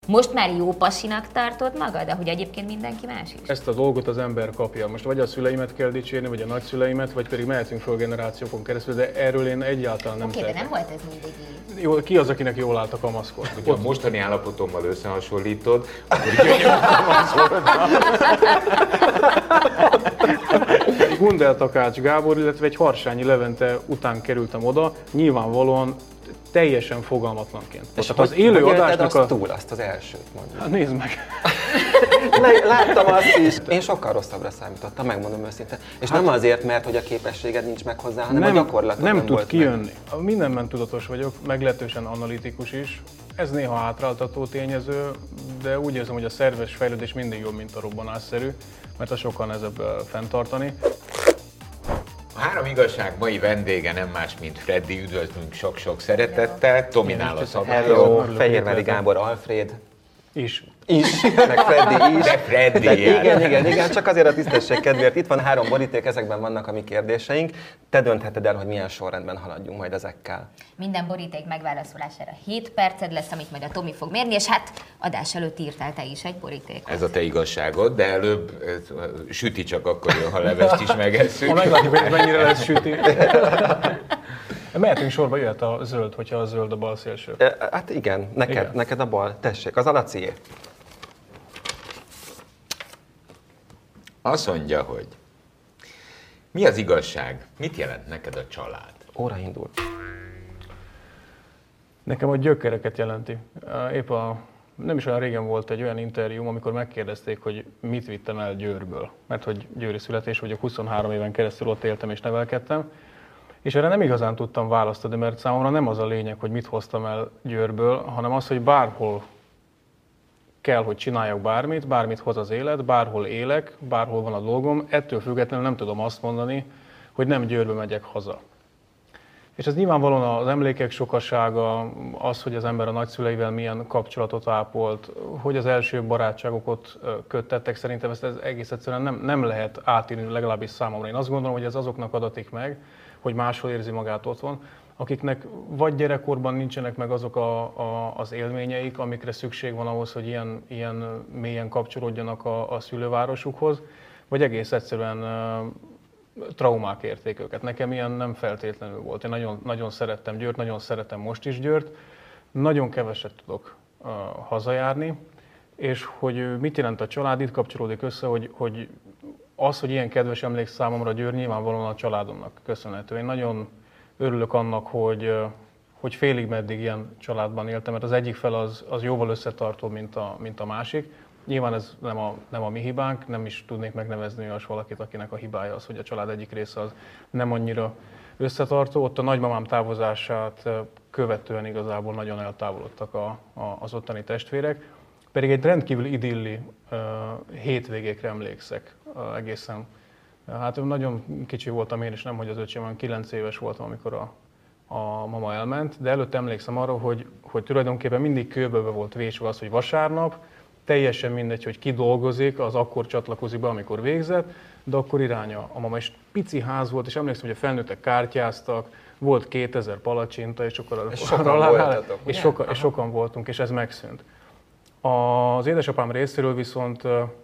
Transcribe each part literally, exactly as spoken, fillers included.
Most már jó pasinak tartod magad, ahogy egyébként mindenki más is? Ezt a dolgot az ember kapja. Most vagy a szüleimet kell dicsérni, vagy a nagyszüleimet, vagy pedig mehetünk föl generációkon keresztül, de erről én egyáltalán nem Oké, tehetek. de nem volt ez mindig így. Jó, ki az, akinek jól állt a kamaszkor? Ha a mostani állapotommal összehasonlítod, akkor gyönyörű kamasz voltam. Egy Gundel Takács Gábor, illetve egy Harsányi Levente után kerültem oda, nyilvánvalóan teljesen fogalmatlanként. És Tehát az élő adásnak a... a... túl, azt az elsőt mondjuk. Hát nézd meg! Láttam azt is. Én sokkal rosszabbra számítottam, megmondom őszintén. És hát, nem azért, mert hogy a képességed nincs meg hozzá, hanem nem, a gyakorlatod nem, nem tud volt kijönni. Meg. Mindenben tudatos vagyok, meglehetősen analitikus is. Ez néha hátráltató tényező, de úgy érzem, hogy a szerves fejlődés mindig jobb, mint a robbanásszerű, mert az sokkal nehezebb fenntartani. A Három igazság mai vendége nem más, mint Freddy. Üdvözlünk sok-sok szeretettel. Tominál a szabályok. Fehérvári Gábor Alfréd. Is. Is, meg Freddy is. De Freddy De jár. igen, igen, igen, csak azért a tisztesség kedvéért. Itt van három boríték, ezekben vannak a mi kérdéseink. Te döntheted el, hogy milyen sorrendben haladjunk majd ezekkel. Minden boríték megválaszolására hét perced lesz, amit majd a Tomi fog mérni, és hát adás előtt írtál te is egy borítékot. Ez a te igazságod, de előbb süti csak akkor jön, ha levest is megesszük. Ha meglátjuk, hogy mennyire lesz süti. Mehetünk sorba, jöhet a zöld, hogyha a zöld a bal szélső. E, hát igen, neked, igen. neked a bal. Tessék, az alacié. Azt mondja, hogy mi az igazság? Mit jelent neked a család? Óra indul. Nekem a gyökereket jelenti. Épp a, nem is olyan régen volt egy olyan interjúm, amikor megkérdezték, hogy mit vittem el Győrből. Mert hogy győri születés vagyok, huszonhárom éven keresztül ott éltem és nevelkedtem. És erre nem igazán tudtam választani, mert számomra nem az a lényeg, hogy mit hoztam el Győrből, hanem az, hogy bárhol kell, hogy csináljak bármit, bármit hoz az élet, bárhol élek, bárhol van a dolgom, ettől függetlenül nem tudom azt mondani, hogy nem Győrbe megyek haza. És ez nyilvánvalóan az emlékek sokasága, az, hogy az ember a nagyszüleivel milyen kapcsolatot ápolt, hogy az első barátságok ott köttettek, szerintem ezt ez egész egyszerűen nem, nem lehet átírni, legalábbis számomra. Én azt gondolom, hogy ez azoknak adatik meg, hogy máshol érzi magát otthon, akiknek vagy gyerekkorban nincsenek meg azok a, a, az élményeik, amikre szükség van ahhoz, hogy ilyen, ilyen mélyen kapcsolódjanak a, a szülővárosukhoz, vagy egész egyszerűen uh, traumák érték őket. Nekem ilyen nem feltétlenül volt. Én nagyon, nagyon szerettem Győrt, nagyon szeretem most is Győrt. Nagyon keveset tudok uh, hazajárni, és hogy mit jelent a család, itt kapcsolódik össze, hogy, hogy az, hogy ilyen kedves emlék számomra Győr, nyilvánvalóan a családomnak köszönhető. Én nagyon örülök annak, hogy, hogy félig meddig ilyen családban éltem, mert az egyik fel az, az jóval összetartó, mint a, mint a másik. Nyilván ez nem a, nem a mi hibánk, nem is tudnék megnevezni olyas valakit, akinek a hibája az, hogy a család egyik része az nem annyira összetartó. Ott a nagymamám távozását követően igazából nagyon eltávolodtak a, a, az ottani testvérek. Pedig egy rendkívül idilli uh, hétvégékre emlékszek uh, egészen. Hát nagyon kicsi voltam én is, nem hogy az öcsém, olyan kilenc éves voltam, amikor a, a mama elment, de előtte emlékszem arra, hogy, hogy tulajdonképpen mindig kőbebe volt vésve az, hogy vasárnap, teljesen mindegy, hogy ki dolgozik, az akkor csatlakozik be, amikor végzett, de akkor iránya a mama. És pici ház volt, és emlékszem, hogy a felnőttek kártyáztak, volt kétezer palacsinta, és akkor és sokan voltatok, és, soka, és sokan voltunk, és ez megszűnt. Az édesapám részéről viszont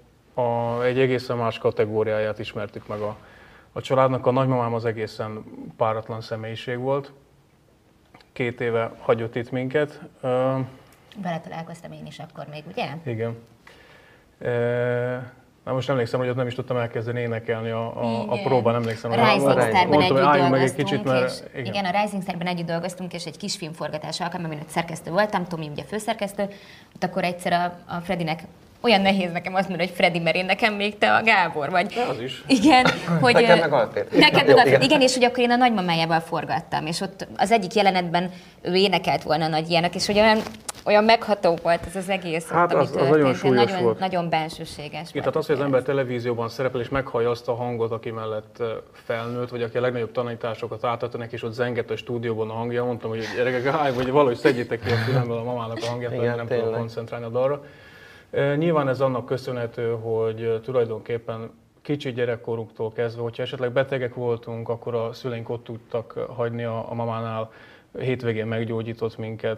a, egy egészen más kategóriáját ismertük meg a, a családnak. A nagymamám az egészen páratlan személyiség volt. Két éve hagyott itt minket. Vele találkoztam én is akkor még, ugye? Igen. Na most emlékszem, hogy ott nem is tudtam elkezdeni énekelni a, a, a próbán, emlékszem. A Rising Starban együtt dolgoztunk, meg egy kicsit, mert, és, igen. igen, a Rising Starban együtt dolgoztunk, és egy kis filmforgatás alkalmával, amin ott szerkesztő voltam, Tomi ugye főszerkesztő, ott akkor egyszer a, a Fredinek olyan nehéz nekem azt mondani, hogy Freddy, mert én nekem még te a Gábor vagy. De az is. Igen, hogy... Nekem meg Alfred. Neked meg Alfred. Igen, és hogy akkor én a nagymamájával forgattam, és ott az egyik jelenetben ő énekelt volna a Nagy Jának, és hogy olyan, olyan megható volt ez az egész, hát ott, az, ami az nagyon súlyos nagyon, volt. Nagyon bensőséges Igen, volt. tehát az, hogy az ember televízióban szerepel, és meghallja azt a hangot, aki mellett felnőtt, vagy aki a legnagyobb tanításokat átadta és ott zengett a stúdióban a hangja, mondtam, hogy gyerekek, állj, vagy valahogy szedjétek ki a filmből a mamának a hangját, mert nem tudom koncentrálni a dalra. Nyilván ez annak köszönhető, hogy tulajdonképpen kicsi gyerekkoruktól kezdve, hogyha esetleg betegek voltunk, akkor a szüleink ott tudtak hagyni a, a mamánál, hétvégén meggyógyított minket.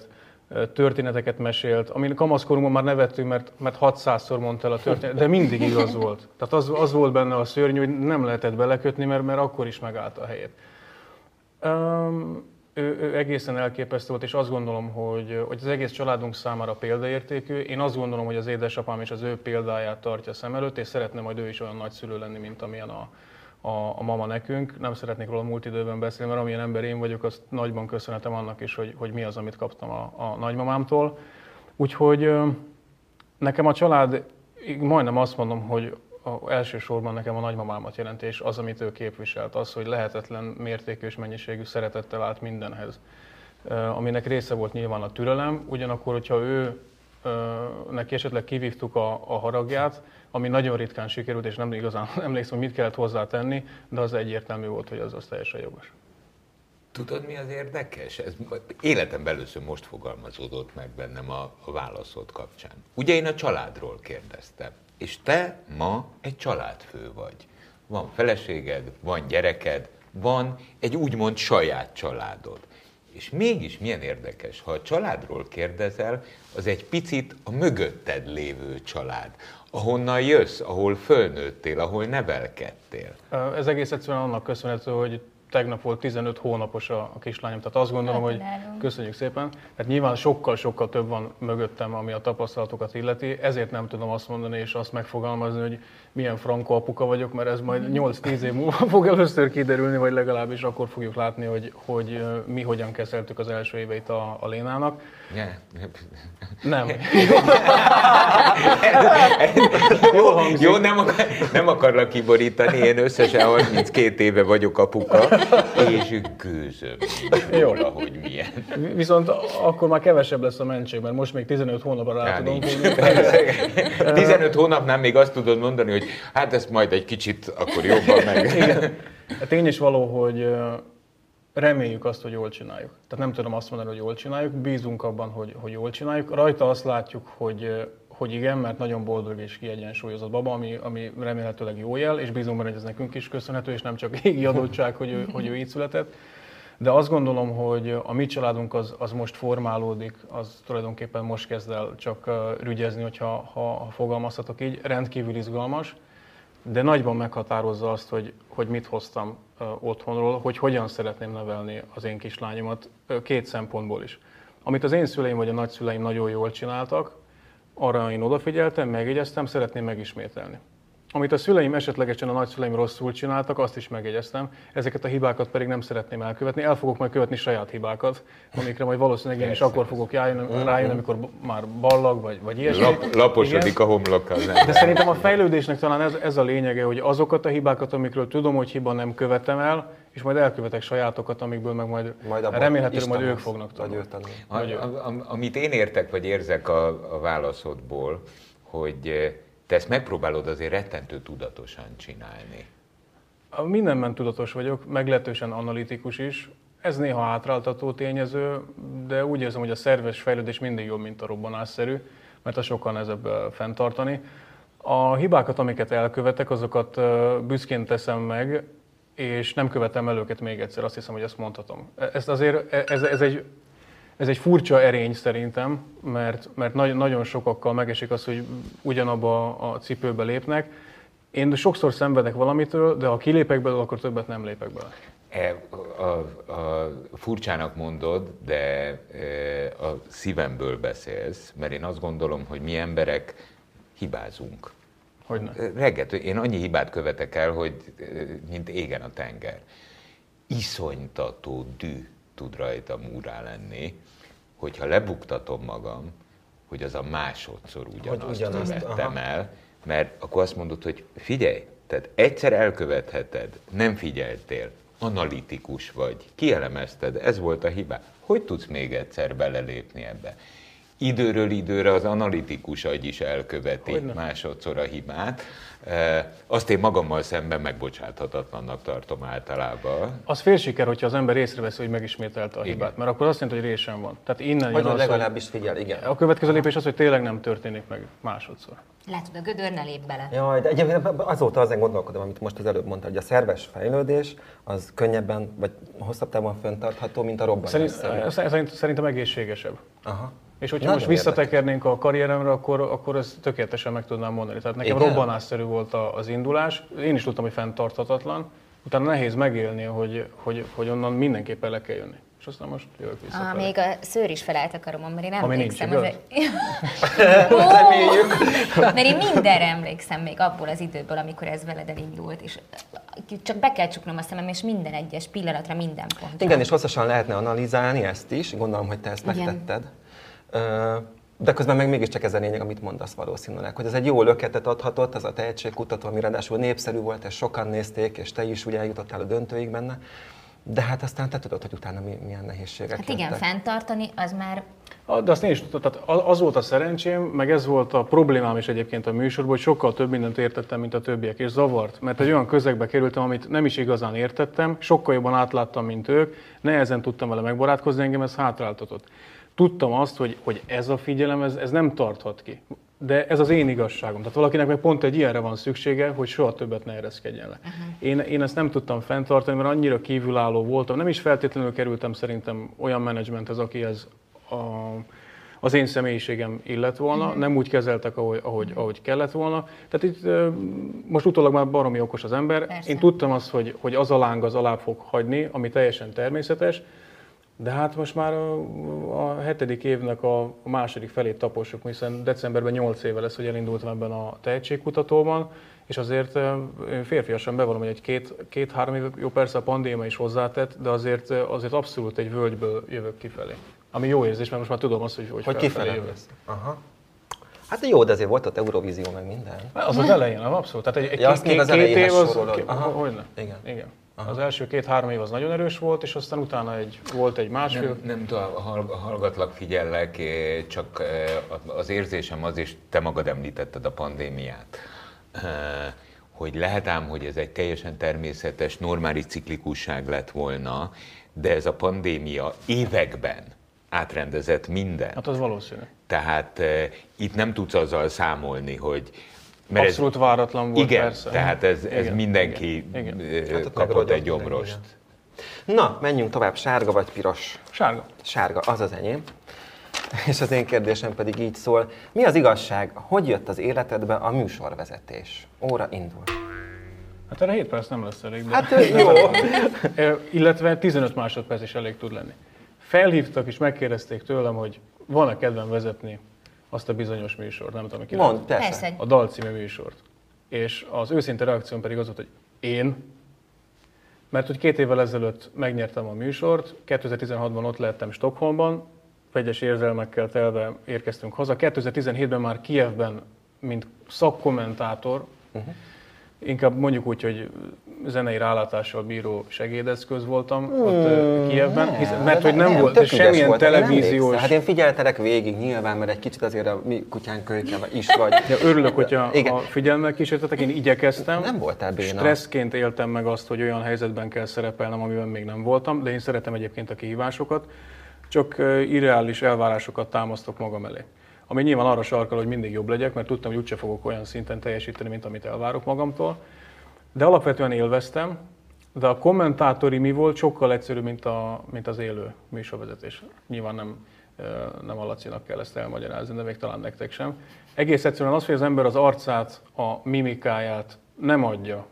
történeteket mesélt, amin kamaszkorunkban már nevettünk, mert, mert hatszázszor mondta el a történetet, de mindig igaz volt. Tehát az, az volt benne a szörnyű, hogy nem lehetett belekötni, mert, mert akkor is megállta a helyét. Um, ő, ő egészen elképesztő volt, és azt gondolom, hogy, hogy az egész családunk számára példaértékű. Én azt gondolom, hogy az édesapám is az ő példáját tartja szem előtt, és szeretne majd ő is olyan nagyszülő lenni, mint amilyen a, a, a mama nekünk. Nem szeretnék róla múlt időben beszélni, mert amilyen ember én vagyok, azt nagyban köszönhetem annak is, hogy, hogy mi az, amit kaptam a, a nagymamámtól. Úgyhogy nekem a család, majdnem azt mondom, hogy a, elsősorban nekem a nagymamámat jelenti, és az, amit ő képviselt, az, hogy lehetetlen mértékű és mennyiségű szeretettel állt mindenhez. Aminek része volt nyilván a türelem, ugyanakkor, hogyha ő neki esetleg kivívtuk a, a haragját, ami nagyon ritkán sikerült, és nem igazán emlékszem, hogy mit kellett hozzátenni, de az egyértelmű volt, hogy az az teljesen jogos. Tudod, mi az érdekes? Ez életemben először most fogalmazódott meg bennem a, a válaszod kapcsán. Ugye én a családról kérdeztem, és te ma egy családfő vagy. Van feleséged, van gyereked, van egy úgymond saját családod. És mégis milyen érdekes, ha a családról kérdezel, az egy picit a mögötted lévő család, ahonnan jössz, ahol fölnőttél, ahol nevelkedtél. Ez egész egyszerűen annak köszönhető, hogy tegnap volt tizenöt hónapos a, a kislányom, tehát azt gondolom, hogy köszönjük szépen. Tehát nyilván sokkal-sokkal több van mögöttem, ami a tapasztalatokat illeti, ezért nem tudom azt mondani és azt megfogalmazni, hogy milyen frankó apuka vagyok, mert ez majd nyolc-tíz év múlva fog először kiderülni, vagy legalábbis akkor fogjuk látni, hogy, hogy mi hogyan kezeltük az első éveit a, a Lénának. Yeah. Nem. Jó, jó nem, akar, nem akarlak kiborítani, én összesen harminckét éve vagyok apuka, és gőzöm jó, valahogy milyen. Viszont akkor már kevesebb lesz a mentség, mert most még tizenöt hónapra rá tudom tudni. tizenöt hónapnál még azt tudod mondani, hogy hát ezt majd egy kicsit akkor jobban meg. Igen. Tény is való, hogy reméljük azt, hogy jól csináljuk. Tehát nem tudom azt mondani, hogy jól csináljuk, bízunk abban, hogy, hogy jól csináljuk. Rajta azt látjuk, hogy, hogy igen, mert nagyon boldog és kiegyensúlyozott baba, ami, ami remélhetőleg jó jel, és bízunk benne, hogy ez nekünk is köszönhető, és nem csak égi adottság, hogy ő, hogy ő így született. De azt gondolom, hogy a mi családunk az, az most formálódik, az tulajdonképpen most kezd el csak rügyezni, hogyha, ha, ha fogalmazhatok így, rendkívül izgalmas, de nagyban meghatározza azt, hogy, hogy mit hoztam uh, otthonról, hogy hogyan szeretném nevelni az én kislányomat uh, két szempontból is. Amit az én szüleim vagy a nagyszüleim nagyon jól csináltak, arra én odafigyeltem, megjegyeztem, szeretném megismételni. Amit a szüleim esetlegesen a nagyszüleim rosszul csináltak, azt is megjegyeztem, ezeket a hibákat pedig nem szeretném elkövetni. El fogok majd követni saját hibákat, amikre majd valószínűleg én is akkor fogok rájönni, rájönni amikor már ballag vagy, vagy ilyesmi. Lap, laposodik igen. A homloka. De szerintem a fejlődésnek talán ez, ez a lényege, hogy azokat a hibákat, amikről tudom, hogy hiba, nem követem el, és majd elkövetek sajátokat, amikből meg majd, majd remélhetőleg majd ők fognak tanulni. A, a, a, amit én értek, vagy érzek a, a válaszodból, hogy te ezt megpróbálod azért rettentő tudatosan csinálni. Mindenben tudatos vagyok, meglehetősen analitikus is. Ez néha hátráltató tényező, de úgy érzem, hogy a szerves fejlődés mindig jobb, mint a robbanásszerű, mert az sokkal nehezebb fenntartani. A hibákat, amiket elkövetek, azokat büszkén teszem meg, és nem követem el őket még egyszer, azt hiszem, hogy ezt mondhatom. Ezt azért, ez, ez egy... Ez egy furcsa erény szerintem, mert, mert nagyon sokakkal megesik az, hogy ugyanabba a cipőbe lépnek. Én sokszor szenvedek valamitől, de ha kilépek belőle, akkor többet nem lépek bele. A, a, a furcsának mondod, de a szívemből beszélsz, mert én azt gondolom, hogy mi emberek hibázunk. Hogyne? Reggel, én annyi hibát követek el, hogy mint égen a tenger. Iszonytató dű tud rajtam úrrá lenni, hogyha lebuktatom magam, hogy az a másodszor ugyanazt, ugyanazt követtem aha. el, mert akkor azt mondod, hogy figyelj, tehát egyszer elkövetheted, nem figyeltél, analitikus vagy, kielemezted, ez volt a hibá. Hogy tudsz még egyszer belelépni ebbe? Időről időre az analitikus agy is elköveti Hogyne. másodszor a hibát. E, azt én magammal szemben megbocsáthatatlannak tartom általában. Az fél siker, hogyha az ember észreveszi, hogy megismételte a igen. hibát, mert akkor azt jelenti, hogy résem van. Tehát innen vagy jön az, legalábbis figyel, igen. A következő lépés az, hogy tényleg nem történik meg másodszor. Látod, a gödör, ne lép bele. Jaj, de egyébként azóta azon gondolkodom, amit most az előbb mondta, hogy a szerves fejlődés az könnyebben, vagy hosszabb távon fenntartható, mint a robbanás. Szerint, szerint, szerintem egészségesebb. Aha. És hogyha nagyon most visszatekernénk a karrieremre, akkor, akkor ezt tökéletesen meg tudnám mondani. Tehát nekem igen? robbanásszerű volt az indulás. Én is tudtam, hogy fenntarthatatlan. Utána nehéz megélni, hogy, hogy, hogy onnan mindenképpen le kell jönni. És aztán most jövök vissza. Ah, még a szőr is felállt a karomon, mert én emlékszem. Ami nincs, Mert én mindenre emlékszem még abból az időből, amikor ez veled elindult. És csak be kell csuknom a szemem, és minden egyes pillanatra, minden pontra. Igen, és hosszasan lehetne analizálni ezt is. Gondolom, hogy te ezt igen. megtetted. De közben meg mégiscsak ez a lényeg, amit mondasz valószínűleg, hogy ez egy jó löketet adhatott, ez a tehetségkutató, ami ráadásul népszerű volt, és sokan nézték, és te is ugye eljutottál a döntőig benne. De hát aztán te tudod, hogy utána milyen nehézségek Hát igen, jöttek. Fenntartani, az már... De azt én is tudtam, tehát az volt a szerencsém, meg ez volt a problémám is egyébként a műsorban, hogy sokkal több mindent értettem, mint a többiek, és zavart. Mert egy olyan közegbe kerültem, amit nem is igazán értettem, sokkal jobban átláttam, mint ők, nehezen tudtam vele megbarátkozni, engem ez hátráltatott. Tudtam azt, hogy, hogy ez a figyelem, ez, ez nem tarthat ki. De ez az én igazságom. Tehát valakinek meg pont egy ilyenre van szüksége, hogy soha többet ne ereszkedjen le. Uh-huh. Én, én ezt nem tudtam fenntartani, mert annyira kívülálló voltam. Nem is feltétlenül kerültem szerintem olyan menedzsmenthez, akihez a, az én személyiségem illet volna. Uh-huh. Nem úgy kezeltek, ahogy, ahogy, ahogy kellett volna. Tehát itt most utólag már baromi okos az ember. Persze. Én tudtam azt, hogy, hogy az a láng az alá fog hagyni, ami teljesen természetes. De hát most már a, a hetedik évnek a második felét tapossuk, hiszen decemberben nyolc éve lesz, hogy elindultam ebben a tehetségkutatóban, és azért férfiasan bevallom, hogy egy két, két-három év, jó persze a pandémia is hozzátett, de azért, azért abszolút egy völgyből jövök kifelé. Ami jó érzés, mert most már tudom azt, hogy, hogy, hogy kifelé jövök. Aha. Hát jó, de azért volt ott Eurovízió meg minden. Az az elején, abszolút. Tehát egy, egy ja, két, két, két év az... Hogyne? Igen. Igen. Aha. Az első két-három év az nagyon erős volt, és aztán utána egy, volt egy másfél... Nem, nem tudom, hallgatlak, figyellek, csak az érzésem az, és te magad említetted a pandémiát, hogy lehet ám, hogy ez egy teljesen természetes, normális ciklikusság lett volna, de ez a pandémia években átrendezett minden. Hát az valószínű. Tehát itt nem tudsz azzal számolni, hogy... Mert abszolút ez, váratlan volt, igen, persze. Tehát ez, ez igen, mindenki igen, igen. kapott egy gyomrost. Na, menjünk tovább. Sárga vagy piros? Sárga. Sárga, az az enyém. És az én kérdésem pedig így szól. Mi az igazság? Hogy jött az életedbe a műsorvezetés? Óra indul. Hát erre hét perc nem lesz elég. De... Hát jó. Illetve tizenöt másodperc is elég tud lenni. Felhívtak és megkérdezték tőlem, hogy van-e kedvem vezetni azt a bizonyos műsort, nem tudom, ki Mondd, persze. A Dal című műsort. És az őszinte reakcióm pedig az volt, hogy én, mert hogy két évvel ezelőtt megnyertem a műsort, kétezer-tizenhatban ott lehettem Stockholmban, vegyes érzelmekkel telve érkeztünk haza. kétezer-tizenhétben már Kijevben, mint szakkommentátor, uh-huh. inkább mondjuk úgy, hogy zenei rálátással bíró segédeszköz voltam mm, ott Kijevben, hiszen, mert hogy nem, nem volt semmilyen volt, televíziós... Hát én figyeltelek végig nyilván, mert egy kicsit azért a mi kutyánk kölyke is vagy. Ja, örülök, hogyha a figyelemmel kísértetek, én igyekeztem. Nem voltál béna. Stresszként éltem meg azt, hogy olyan helyzetben kell szerepelnem, amiben még nem voltam, de én szeretem egyébként a kihívásokat, csak irreális elvárásokat támasztok magam elé. Ami nyilván arra sarkal, hogy mindig jobb legyek, mert tudtam, hogy úgyse fogok olyan szinten teljesíteni, mint amit elvárok magamtól. De alapvetően élveztem, de a kommentátori mi volt sokkal egyszerűbb, mint, a, mint az élő műsorvezetés. Nyilván nem, nem a Lacinak kell ezt elmagyarázni, de még talán nektek sem. Egész egyszerűen az, hogy az ember az arcát, a mimikáját nem adja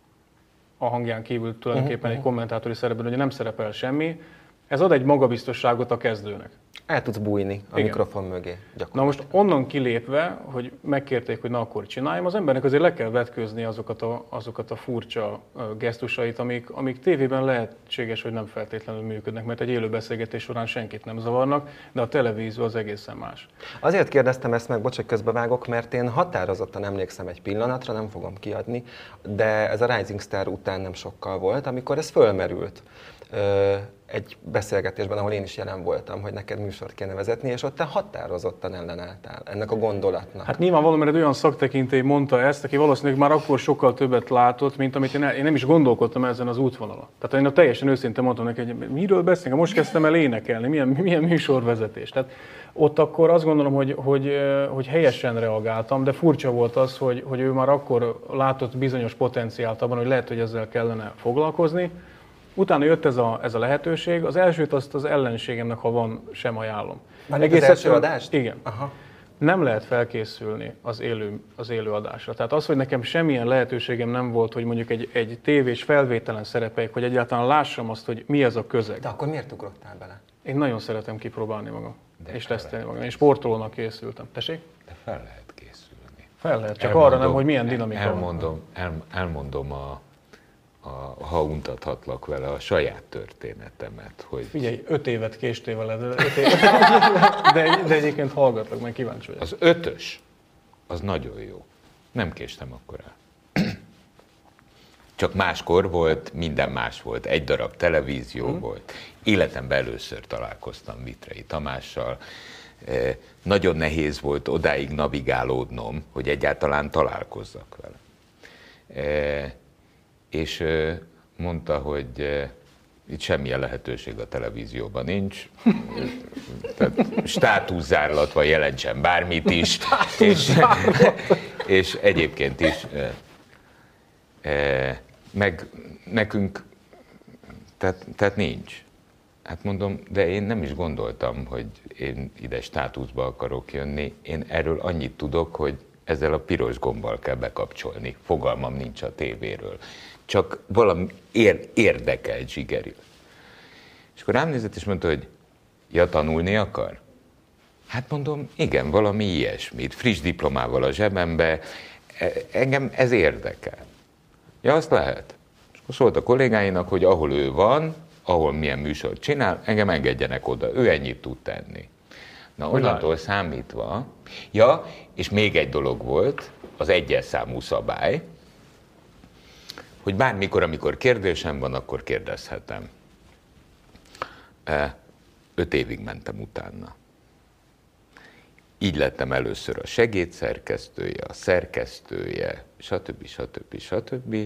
a hangján kívül tulajdonképpen egy kommentátori szerepben, ugye nem szerepel semmi, ez ad egy magabiztosságot a kezdőnek. El tudsz bújni a igen. mikrofon mögé. Na most onnan kilépve, hogy megkérték, hogy na akkor csináljam, az embernek azért le kell vetkőzni azokat a, azokat a furcsa gesztusait, amik, amik tévében lehetséges, hogy nem feltétlenül működnek, mert egy élő beszélgetés során senkit nem zavarnak, de a televízió az egészen más. Azért kérdeztem ezt meg, bocs, hogy közbevágok, mert én határozottan emlékszem egy pillanatra, nem fogom kiadni, de ez a Rising Star után nem sokkal volt, amikor ez fölmerült. egy beszélgetésben, ahol én is jelen voltam, hogy neked műsort kéne vezetni, és ott te határozottan ellenálltál ennek a gondolatnak. Hát nyilvánvalóan, mert egy olyan szaktekintély mondta ezt, aki valószínűleg már akkor sokkal többet látott, mint amit én, el, én nem is gondolkodtam ezen az útvonalon. Tehát én teljesen őszintén mondtam neki, hogy miről beszélünk, most kezdtem el énekelni, milyen, milyen műsorvezetés. Tehát ott akkor azt gondolom, hogy, hogy, hogy helyesen reagáltam, de furcsa volt az, hogy, hogy ő már akkor látott bizonyos potenciált abban, hogy lehet, hogy ezzel kellene foglalkozni. Utána jött ez a, ez a lehetőség. Az elsőt azt az ellenségemnek, ha van, sem ajánlom. Már egész az első adást? Igen. Aha. Nem lehet felkészülni az élő, az élő adásra. Tehát az, hogy nekem semmilyen lehetőségem nem volt, hogy mondjuk egy, egy tévés felvételen szerepeljek, hogy egyáltalán lássam azt, hogy mi ez a közeg. De akkor miért ugrottál bele? Én nagyon szeretem kipróbálni magam. De és tesztelni magam. Én sportolónak készültem. Tessék? De fel lehet készülni. Fel lehet, csak elmondom, arra nem, hogy milyen dinamika elmondom, van. El, elmondom a A, ha untathatlak vele, a saját történetemet, hogy... Figyelj, öt évet késtél veled, öt évet, de, de egyébként hallgatlak, meg kíváncsi vagyok. Az ötös, az nagyon jó. Nem késtem akkor el. Csak máskor volt, minden más volt. Egy darab televízió hmm. volt. Életemben először találkoztam Vitrei Tamással. Eh, nagyon nehéz volt odáig navigálódnom, hogy egyáltalán találkozzak vele. Eh, és mondta, hogy itt semmilyen lehetőség a televízióban nincs, tehát státuszárlatva jelentsen bármit is, és, és egyébként is, meg nekünk, tehát, tehát nincs. Hát mondom, de én nem is gondoltam, hogy én ide státuszba akarok jönni, én erről annyit tudok, hogy ezzel a piros gombbal kell bekapcsolni, fogalmam nincs a tévéről. Csak valami ér, érdekel zsigerül. És akkor rám nézett és mondta, hogy ja, tanulni akar? Hát mondom, igen, valami ilyesmit, friss diplomával a zsebembe, engem ez érdekel. Ja, azt lehet. És akkor szólt a kollégáinak, hogy ahol ő van, ahol milyen műsort csinál, engem engedjenek oda, ő ennyit tud tenni. Na, onnantól számítva, ja, és még egy dolog volt, az egyes számú szabály, hogy bármikor, amikor kérdésem van, akkor kérdezhetem. Öt évig mentem utána. Így lettem először a segédszerkesztője, a szerkesztője, stb. stb. stb.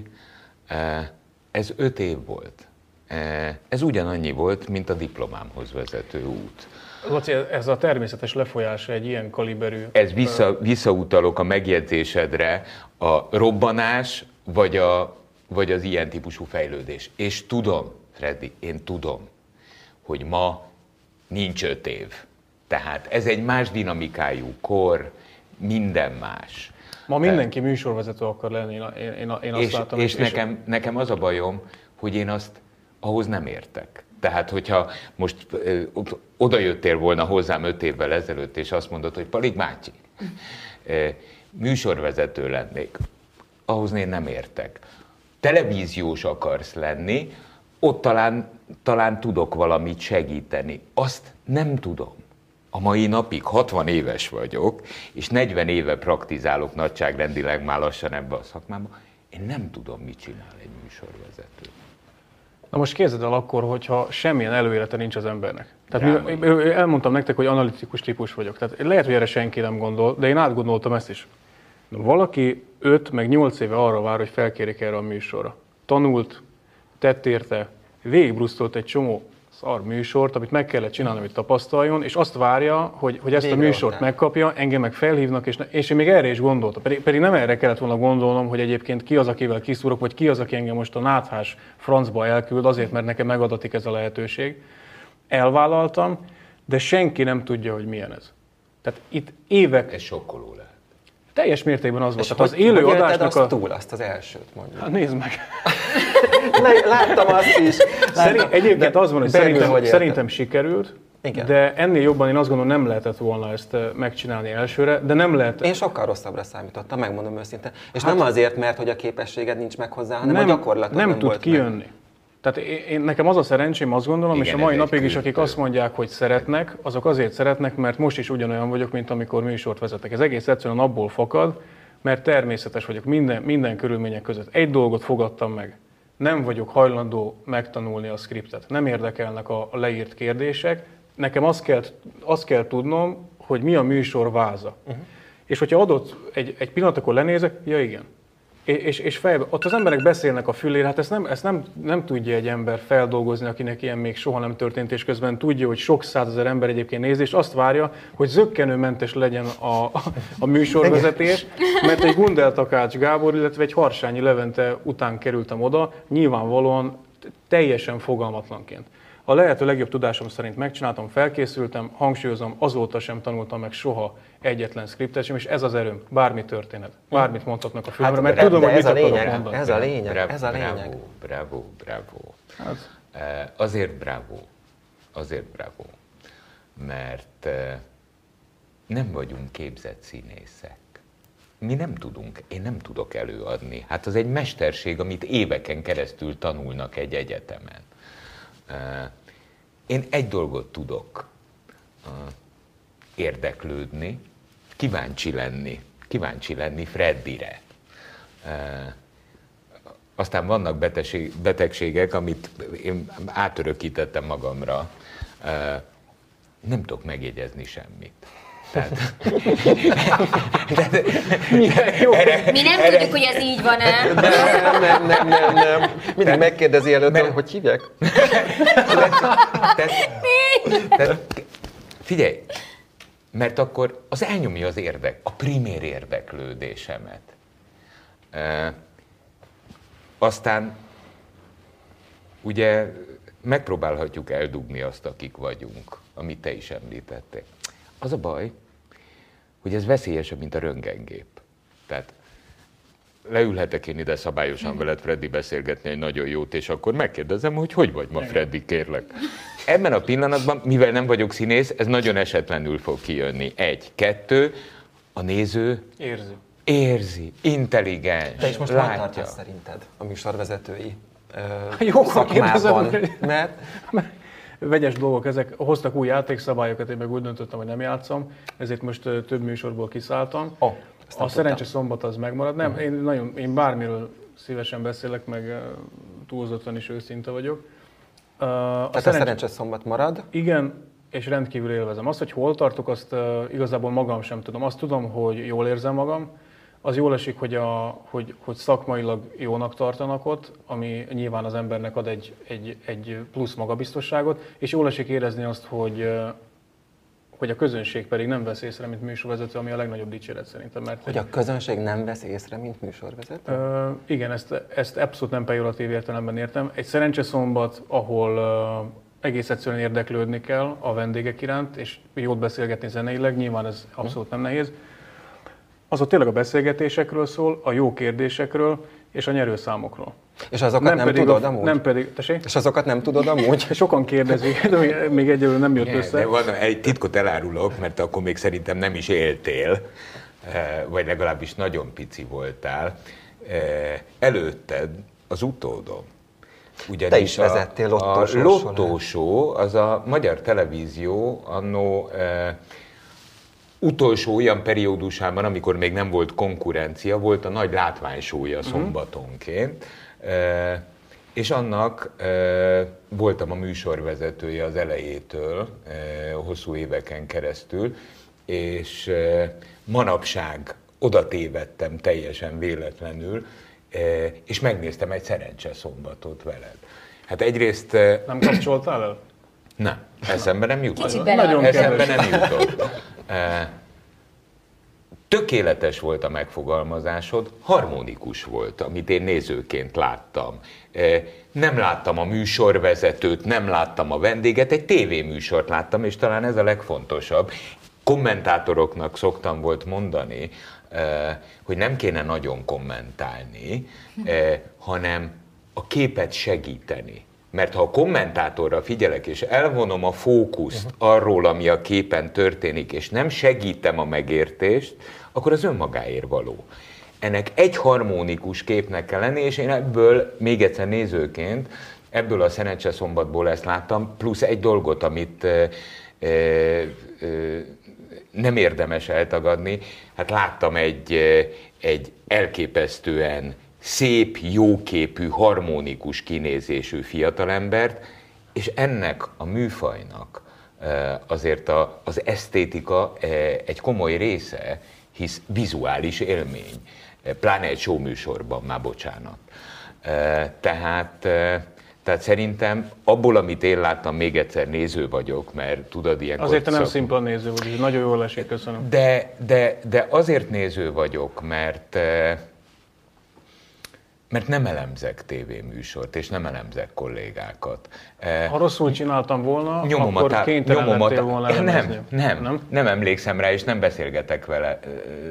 Ez öt év volt. Ez ugyanannyi volt, mint a diplomámhoz vezető út. Laci, ez a természetes lefolyása egy ilyen kaliberű... Ez vissza, visszautalok a megjegyzésedre, a robbanás, vagy, a, vagy az ilyen típusú fejlődés. És tudom, Freddy, én tudom, hogy ma nincs öt év. Tehát ez egy más dinamikájú kor, minden más. Ma mindenki műsorvezető akar lenni, én, én, én azt és, látom. És, és nekem, nekem az a bajom, hogy én azt ahhoz nem értek. Tehát, hogyha most ö, oda jöttél volna hozzám öt évvel ezelőtt, és azt mondod, hogy Palik bácsi, ö, műsorvezető lennék, ahhoz én nem értek. Televíziós akarsz lenni, ott talán, talán tudok valamit segíteni. Azt nem tudom. A mai napig hatvan éves vagyok, és negyven éve praktizálok nagyságrendileg már lassan ebbe a szakmába. Én nem tudom, mit csinál egy műsorvezető. Na most képzeld el akkor, hogyha semmilyen előélete nincs az embernek. Tehát mi, elmondtam nektek, hogy analitikus típus vagyok. Tehát lehet, hogy erre senki nem gondol, de én átgondoltam ezt is. Valaki öt meg nyolc éve arra vár, hogy felkérik erre a műsorra. Tanult, tett érte, végigbrusztolt egy csomó szar műsort, amit meg kellett csinálni, hogy tapasztaljon, és azt várja, hogy, hogy ezt Végre a műsort nem. megkapja, engem meg felhívnak, és, ne, és én még erre is gondoltam. Pedig, pedig nem erre kellett volna gondolnom, hogy egyébként ki az, akivel kiszúrok, vagy ki az, aki engem most a náthás francba elküld, azért, mert nekem megadatik ez a lehetőség. Elvállaltam, de senki nem tudja, hogy milyen ez. Tehát itt évek... Ez sokkoló lehet. Teljes mértékben az volt. És tehát az élő adásnak azt a... túl, azt az elsőt mondjuk. Hát nézd meg! Láttam azt is. Szerint, egyébként az van, hogy szerintem, hogy szerintem sikerült, igen. De ennél jobban én azt gondolom, nem lehetett volna ezt megcsinálni elsőre, de nem lehet... Én sokkal rosszabbra számítottam, megmondom őszintén. És hát, nem azért, mert hogy a képességed nincs meg hozzá, hanem nem, a gyakorlatod nem, nem tud volt kijönni. Meg. Tehát én, nekem az a szerencsém, azt gondolom, igen, és a mai napig is, akik azt mondják, hogy szeretnek, azok azért szeretnek, mert most is ugyanolyan vagyok, mint amikor műsort vezetek. Ez egész egyszerűen abból fakad, mert természetes vagyok minden, minden körülmények között. Egy dolgot fogadtam meg. nem vagyok hajlandó megtanulni a skriptet, nem érdekelnek a leírt kérdések, nekem azt kell, azt kell tudnom, hogy mi a műsor váza. Uh-huh. És hogyha adott egy, egy pillanat, akkor lenézek, ja igen. És, és fejbe, ott az emberek beszélnek a fülére, hát ezt, nem, ezt nem, nem tudja egy ember feldolgozni, akinek ilyen még soha nem történt, és közben tudja, hogy sok százezer ember egyébként nézi, és azt várja, hogy zökkenőmentes legyen a, a, a műsorvezetés, mert egy Gundel Takács Gábor, illetve egy Harsányi Levente után kerültem oda, nyilvánvalóan teljesen fogalmatlanként. A lehető legjobb tudásom szerint megcsináltam, felkészültem, hangsúlyozom, azóta sem tanultam meg soha egyetlen skriptet sem, és ez az erőm, bármi történet, bármit mondhatnak a filmről, hát, mert tudom, hogy mit akarok mondani. Ez a lényeg, bravo, ez a lényeg. Bravo, bravo, bravo. Hát. Azért bravo, azért bravo, mert nem vagyunk képzett színészek. Mi nem tudunk, én nem tudok előadni. Hát az egy mesterség, amit éveken keresztül tanulnak egy egyetemen. Én egy dolgot tudok, érdeklődni, kíváncsi lenni, kíváncsi lenni Freddire. Aztán vannak betegség, betegségek, amit én átörökítettem magamra. Nem tudok megjegyezni semmit. Tehát, de, jó. Mi nem erre, tudjuk, hogy ez így van-e. Nem, nem, nem, nem, nem. Mindig megkérdezi előtt, hogy hívják. Figyelj, mert akkor az elnyomja az érdek, a primér érdeklődésemet. E, aztán ugye megpróbálhatjuk eldugni azt, akik vagyunk, amit te is említettél. Az a baj, hogy ez veszélyesebb, mint a röntgengép. Tehát leülhetek én ide szabályosan veled, Freddy, beszélgetni egy nagyon jót, és akkor megkérdezem, hogy hogy vagy ma, Freddy, kérlek. Ebben a pillanatban, mivel nem vagyok színész, ez nagyon esetlenül fog kijönni. Egy, kettő, a néző érzi, érzi, intelligens, te is most látja. Hol tartasz szerinted a műsorvezetői uh, szakmában? Mert... Vegyes dolgok ezek, hoztak új játékszabályokat, én meg úgy döntöttem, hogy nem játszom, ezért most több műsorból kiszálltam. Oh, a szerencse szombat az megmarad. Nem, uh-huh. én, nagyon, én bármiről szívesen beszélek, meg túlzottan is őszinte vagyok. Uh, Tehát a, szerencs... a szerencse szombat marad? Igen, és rendkívül élvezem. Azt, hogy hol tartok, azt uh, igazából magam sem tudom. Azt tudom, hogy jól érzem magam. Az jól esik, hogy, a, hogy, hogy szakmailag jónak tartanak ott, ami nyilván az embernek ad egy, egy, egy plusz magabiztosságot, és jól esik érezni azt, hogy, hogy a közönség pedig nem vesz észre, mint műsorvezető, ami a legnagyobb dicséret szerintem. Mert, hogy a közönség nem vesz észre, mint műsorvezető? Uh, igen, ezt, ezt abszolút nem pejoratív értelemben értem. Egy szerencse szombat, ahol uh, egész egyszerűen érdeklődni kell a vendégek iránt, és jót beszélgetni zeneileg, nyilván ez abszolút nem nehéz. Az ott tényleg a beszélgetésekről szól, a jó kérdésekről és a nyerőszámokról. És azokat nem, nem tudod a, amúgy? Nem pedig, tessék? És azokat nem tudod amúgy? Sokan kérdezik, de még egyelőre nem jött össze. De van, egy titkot elárulok, mert akkor még szerintem nem is éltél, vagy legalábbis nagyon pici voltál. Előtted az utódom. Ugyanis te is vezettél lottósó. A lottósó, az a Magyar Televízió annó utolsó olyan periódusában, amikor még nem volt konkurencia, volt a nagy látványsója szombatonként, e, és annak e, voltam a műsorvezetője az elejétől, e, hosszú éveken keresztül, és e, manapság oda tévedtem teljesen véletlenül, e, és megnéztem egy szerencse szombatot veled. Hát egyrészt... E, nem kapcsoltál el? Nem, eszembe nem jutott. Nagyon eszembe nem jutott. Tökéletes volt a megfogalmazásod, harmonikus volt, amit én nézőként láttam. Nem láttam a műsorvezetőt, nem láttam a vendéget, egy tévéműsort láttam, és talán ez a legfontosabb. Kommentátoroknak szoktam volt mondani, hogy nem kéne nagyon kommentálni, hanem a képet segíteni. Mert ha a kommentátorra figyelek, és elvonom a fókuszt arról, ami a képen történik, és nem segítem a megértést, akkor az önmagáért való. Ennek egy harmonikus képnek kell lenni, és én ebből, még egyszer nézőként, ebből a szerencse szombatból ezt láttam, plusz egy dolgot, amit e, e, e, nem érdemes eltagadni. Hát láttam egy, egy elképesztően szép, jóképű, harmonikus kinézésű fiatalembert, és ennek a műfajnak azért a, az esztétika egy komoly része, hisz vizuális élmény, pláne egy show műsorban, már bocsánat. Tehát, tehát szerintem abból, amit én láttam, még egyszer néző vagyok, mert tudod, ilyenkor... Azért te nem szak... szimpla néző vagy, nagyon jól esik, köszönöm. De, de, de azért néző vagyok, mert mert nem elemzek tévéműsort, és nem elemzek kollégákat. Ha rosszul csináltam volna, nyomom akkor tá- kénytelen lettél volna elemezni. Nem, nem, nem, nem emlékszem rá, és nem beszélgetek vele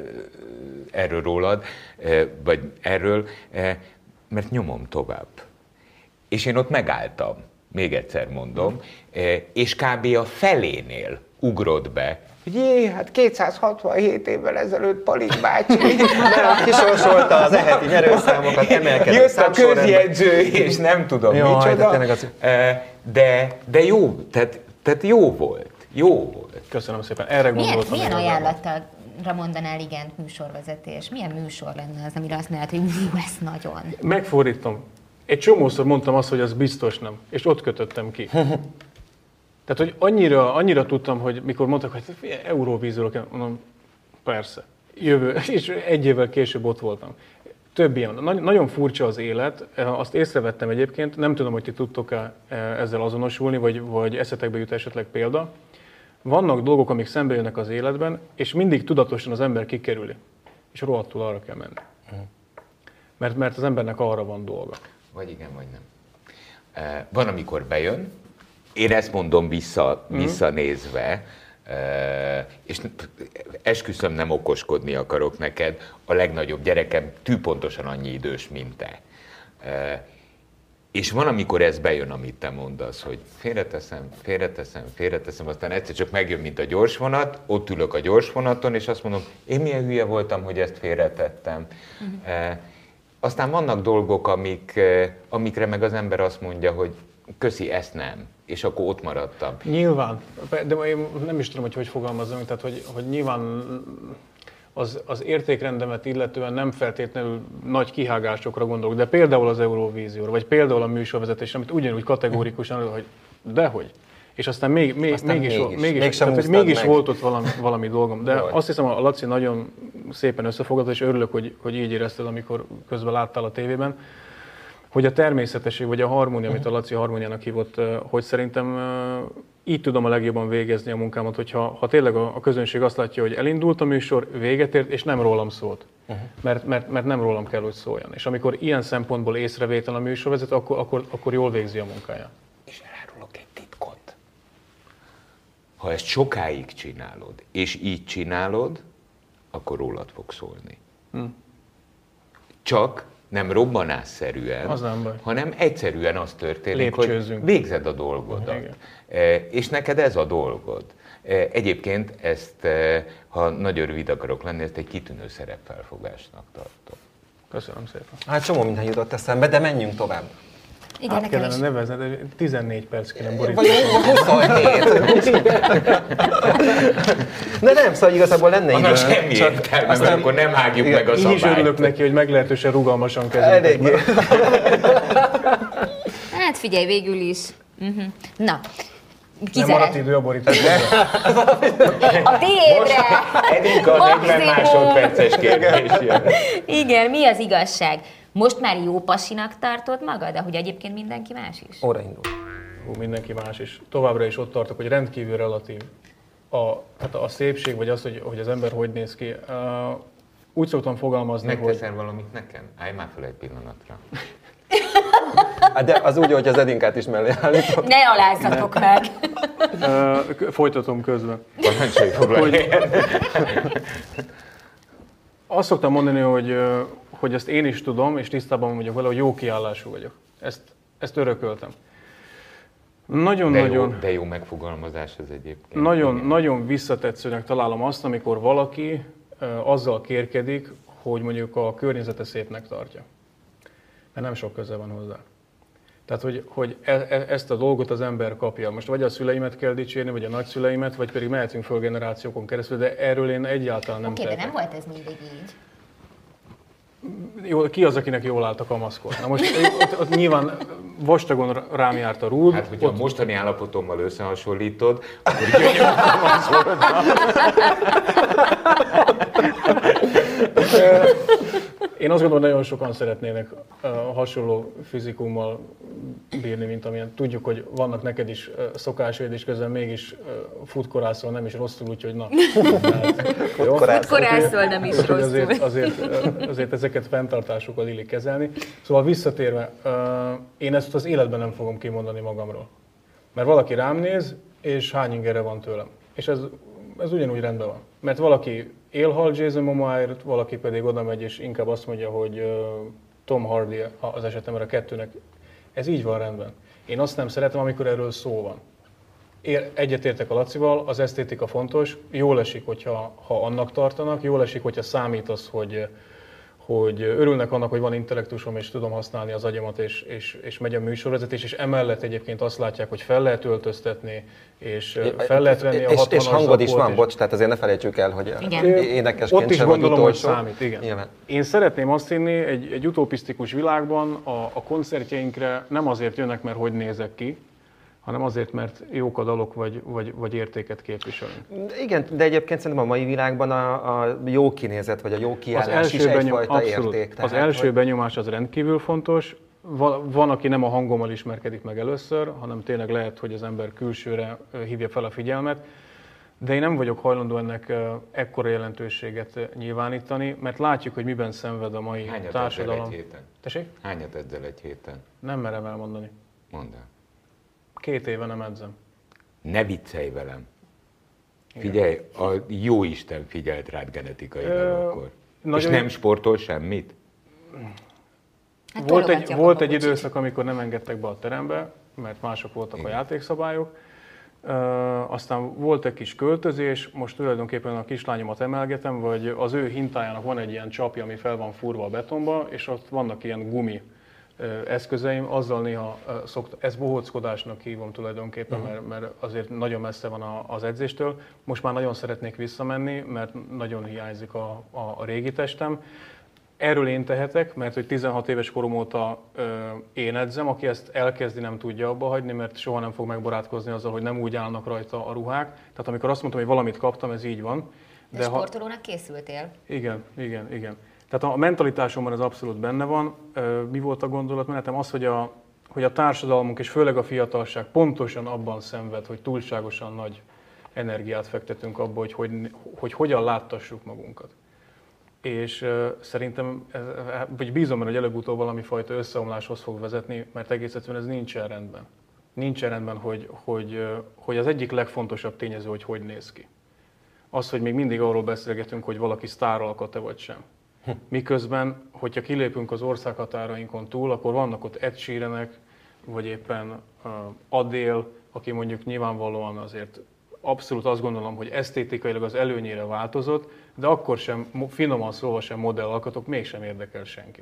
erről rólad, vagy erről, mert nyomom tovább. És én ott megálltam, még egyszer mondom, és kb. A felénél ugrott be, hogy jé, hát kétszázhatvanhét évvel ezelőtt Palik bácsi. Kisorsolta az eheti nyerőszámokat, emelkedett jött a közjegyző, és nem tudom Jaj, micsoda, de, az... de, de jó, tehát, tehát jó volt, jó volt. Köszönöm szépen, erre gondoltam. Milyen, milyen ajánlattalra mondanál igent műsorvezetés? Milyen műsor lenne az, amire azt mondod, hogy hú, ez nagyon? Megfordítom. Egy csomószor mondtam azt, hogy az biztos nem, és ott kötöttem ki. Tehát, hogy annyira, annyira tudtam, hogy mikor mondtak, hogy Eurovízióra kell, mondom, persze. Jövő, és egy évvel később ott voltam. Több ilyen. Nagyon furcsa az élet, azt észrevettem egyébként, nem tudom, hogy ti tudtok-e ezzel azonosulni, vagy, vagy eszetekbe jut esetleg példa. Vannak dolgok, amik szembe jönnek az életben, és mindig tudatosan az ember kikerüli. És rohadtul arra kell menni. Mert, mert az embernek arra van dolga. Vagy igen, vagy nem. Van, amikor bejön, én ezt mondom vissza, visszanézve, és esküszöm, nem okoskodni akarok neked, a legnagyobb gyerekem tűpontosan annyi idős, mint te. És van, amikor ez bejön, amit te mondasz, hogy félreteszem, félreteszem, félreteszem, aztán egyszer csak megjön, mint a gyorsvonat, ott ülök a gyorsvonaton, és azt mondom, én milyen hülye voltam, hogy ezt félretettem. Uh-huh. Aztán vannak dolgok, amik, amikre meg az ember azt mondja, hogy köszi, ezt nem. És akkor ott maradtam. Nyilván, de én nem is tudom, hogy hogy fogalmazom, tehát hogy, hogy nyilván az, az értékrendemet illetően nem feltétlenül nagy kihágásokra gondolok, de például az Eurovízióra, vagy például a műsorvezetésre, amit ugyanúgy kategórikusan, hogy dehogy. És aztán, még, még, aztán mégis, mégis, mégis, mégis, tehát, hogy mégis volt ott valami, valami dolgom. De Jaj. Azt hiszem, a Laci nagyon szépen összefogadott, és örülök, hogy, hogy így érezted, amikor közben láttál a tévében, hogy a természetesség, vagy a harmónia, amit a Laci harmóniának hívott, hogy szerintem így tudom a legjobban végezni a munkámat, hogyha ha tényleg a, a közönség azt látja, hogy elindult a műsor, véget ért, és nem rólam szólt. Uh-huh. Mert, mert, mert nem rólam kell, hogy szóljon. És amikor ilyen szempontból észrevétel a műsorvezető, akkor, akkor, akkor jól végzi a munkáját. És elárulok egy titkot. Ha ezt sokáig csinálod, és így csinálod, akkor rólad fog szólni. Hmm. Csak nem robbanásszerűen, az nem hanem egyszerűen az történik, hogy végzed a dolgodat. Igen. És neked ez a dolgod. Egyébként ezt, ha nagyon rövid akarok lenni, ezt egy kitűnő szerepfelfogásnak tartom. Köszönöm szépen. Hát csomó minden jutott eszembe, de menjünk tovább. Igen, hát kellene is. nevezni, de tizennégy perc kéne borítani. Vagy huszonhét. De nem, szóval igazából lenne idő. Annak semmi értelme, mert akkor nem hágjuk igen, meg a szabályt. Így is örülök neki, hogy meglehetősen rugalmasan kezeltek. Hát figyelj, végül is. Uh-huh. Na. Nem maradt idő a borításra. A tiédre! Edinka negyven másodperces kérdés. Igen, mi az igazság? Most már jó pasinak tartod magad, ahogy egyébként mindenki más is? Óra indul. Hú, mindenki más is. Továbbra is ott tartok, hogy rendkívül relatív. A, hát a szépség, vagy az, hogy, hogy az ember hogy néz ki. Uh, úgy szoktam fogalmazni, megteszel hogy... valamit nekem? Állj már fel egy pillanatra. Hát de az úgy, hogy az Edinkát is mellé állítom. Ne alázzatok ne. meg! Uh, folytatom közben. Parancsolj, foglalj. Azt szoktam mondani, hogy, hogy ezt én is tudom, és tisztában vagyok vele, hogy jó kiállású vagyok. Ezt, ezt örököltem. Nagyon-nagyon... De, de jó megfogalmazás ez egyébként. Nagyon, nagyon visszatetszőnek találom azt, amikor valaki azzal kérkedik, hogy mondjuk a környezete szépnek tartja. Mert nem sok köze van hozzá. Tehát, hogy, hogy e, e, ezt a dolgot az ember kapja. Most vagy a szüleimet kell dicsérni, vagy a nagyszüleimet, vagy pedig mehetünk föl generációkon keresztül, de erről én egyáltalán nem Oké, tehetek. de nem volt ez mindig így. Jó, ki az, akinek jól állt a kamaszkor? Na most ott, ott nyilván vastagon rám járt a rúd. Hát, hogyha ott... a mostani állapotommal összehasonlítod, akkor gyönyörű a kamaszkorodra. Én azt gondolom, hogy nagyon sokan szeretnének uh, hasonló fizikummal bírni, mint amilyen. Tudjuk, hogy vannak neked is uh, szokásaid, és közben mégis uh, futkorászol, nem is rosszul, úgyhogy na. Futkorászol, nem is rosszul. Azért, azért, uh, azért ezeket fenntartásokkal illik kezelni. Szóval visszatérve, uh, én ezt az életben nem fogom kimondani magamról. Mert valaki rám néz, és hány ingerre van tőlem. És ez, ez ugyanúgy rendben van. Mert valaki élhal Jason Momoa-ért, valaki pedig oda megy, és inkább azt mondja, hogy uh, Tom Hardy az esetemre a kettőnek. Ez így van rendben. Én azt nem szeretem, amikor erről szó van. Ér, egyetértek a Lacival, az esztétika fontos, jól esik, hogyha ha annak tartanak, jól esik, hogyha számít az, hogy, hogy örülnek annak, hogy van intellektusom, és tudom használni az agyamat, és, és, és megy a műsorvezetés, és emellett egyébként azt látják, hogy fel lehet öltöztetni, és fel lehet venni a hatvanas És hangod is van, és... bocs, tehát azért ne felejtsük el, hogy igen. énekesként ott is sem gondolom, vagy hogy számít, igen. Nyilván. Én szeretném azt hinni, egy, egy utopisztikus világban a, a koncertjeinkre nem azért jönnek, mert hogy nézek ki, hanem azért, mert jók a dalok, vagy, vagy, vagy értéket képviselünk. Igen, de egyébként szerintem a mai világban a, a jó kinézet, vagy a jó kiállás is egyfajta abszolút. érték. Tehát, az első hogy... benyomás az rendkívül fontos. Van, aki nem a hangommal ismerkedik meg először, hanem tényleg lehet, hogy az ember külsőre hívja fel a figyelmet. De én nem vagyok hajlandó ennek ekkora jelentőséget nyilvánítani, mert látjuk, hogy miben szenved a mai Hányat társadalom. Hányat egy héten? Tessék? Hányat edzel egy héten? Nem merem elmondani. Mondd el. Két éve nem edzem. Ne viccelj velem. Figyelj, a jó Isten figyelt rád genetikailag akkor. És nem sportol semmit? Hát volt egy, volt egy időszak, amikor nem engedtek be a terembe, mert mások voltak igen. a játékszabályok. Uh, aztán volt egy kis költözés, most tulajdonképpen a kislányomat emelgetem, vagy az ő hintájának van egy ilyen csapja, ami fel van fúrva a betonba, és ott vannak ilyen gumi eszközeim, azzal néha szokta, ezt bohóckodásnak hívom tulajdonképpen, uh-huh. mert, mert azért nagyon messze van a, az edzéstől. Most már nagyon szeretnék visszamenni, mert nagyon hiányzik a, a, a régi testem. Erről én tehetek, mert hogy tizenhat éves korom óta ö, én edzem, aki ezt elkezdi, nem tudja abba hagyni, mert soha nem fog megbarátkozni azzal, hogy nem úgy állnak rajta a ruhák. Tehát amikor azt mondtam, hogy valamit kaptam, ez így van. De, de sportolónak ha... készültél? Igen, igen, igen. Tehát a mentalitásomban ez abszolút benne van. Mi volt a gondolatmenetem? Az, hogy a, hogy a társadalmunk és főleg a fiatalság pontosan abban szenved, hogy túlságosan nagy energiát fektetünk abba, hogy, hogy, hogy hogyan láttassuk magunkat. És uh, szerintem, vagy bízom benne, hogy előbb-utóbb valami fajta összeomláshoz fog vezetni, mert egész egyszerűen ez nincsen rendben. Nincsen rendben, hogy, hogy, uh, hogy az egyik legfontosabb tényező, hogy hogy néz ki. Az, hogy még mindig arról beszélgetünk, hogy valaki sztáralkat-e vagy sem. Miközben, hogyha kilépünk az országhatárainkon túl, akkor vannak ott Ed Sheeranek, vagy éppen uh, Adele, aki mondjuk nyilvánvalóan azért abszolút azt gondolom, hogy esztétikailag az előnyére változott, de akkor sem, finoman szólva sem modellalkatok, mégsem érdekel senkit.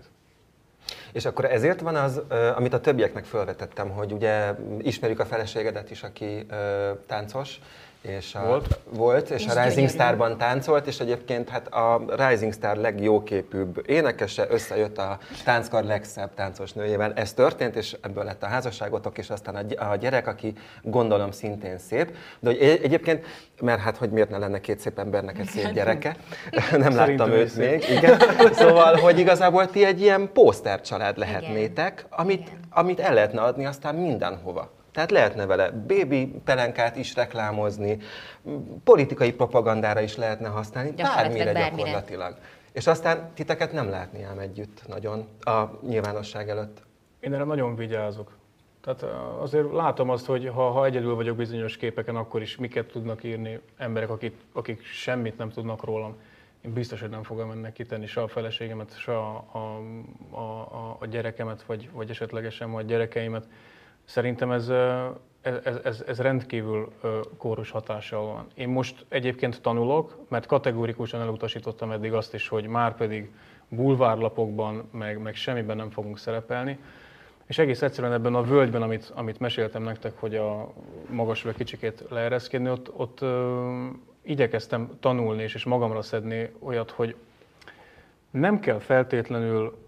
És akkor ezért van az, amit a többieknek felvetettem, hogy ugye ismerjük a feleségedet is, aki táncos, és a, volt. volt, és, és a Rising Starban táncolt, és egyébként hát a Rising Star legjóképűbb énekese összejött a tánckar legszebb táncos nőjével. Ez történt, és ebből lett a házasságotok, és aztán a gyerek, aki gondolom szintén szép. De hogy egyébként, mert hát hogy miért ne lenne két szép embernek egy szép gyereke? Nem láttam őt még. Igen. Szóval, hogy igazából ti egy ilyen pószter család lehetnétek, amit, amit el lehetne adni aztán mindenhova. Tehát lehetne vele bébi pelenkát is reklámozni, politikai propagandára is lehetne használni, bármire gyakorlatilag. És aztán titeket nem látni ám együtt nagyon a nyilvánosság előtt. Én erre nagyon vigyázok. Tehát azért látom azt, hogy ha, ha egyedül vagyok bizonyos képeken, akkor is miket tudnak írni emberek, akik, akik semmit nem tudnak rólam. Én biztos, hogy nem fogom ennek kitenni se a feleségemet, se a, a, a, a gyerekemet, vagy, vagy esetlegesen a gyerekeimet. Szerintem ez, ez, ez, ez rendkívül kóros hatással van. Én most egyébként tanulok, mert kategórikusan elutasítottam eddig azt is, hogy már pedig bulvárlapokban, meg, meg semmiben nem fogunk szerepelni. És egész egyszerűen ebben a völgyben, amit, amit meséltem nektek, hogy a magasra kicsikét leereszkedni, ott, ott ö, igyekeztem tanulni és, és magamra szedni olyat, hogy Nem kell feltétlenül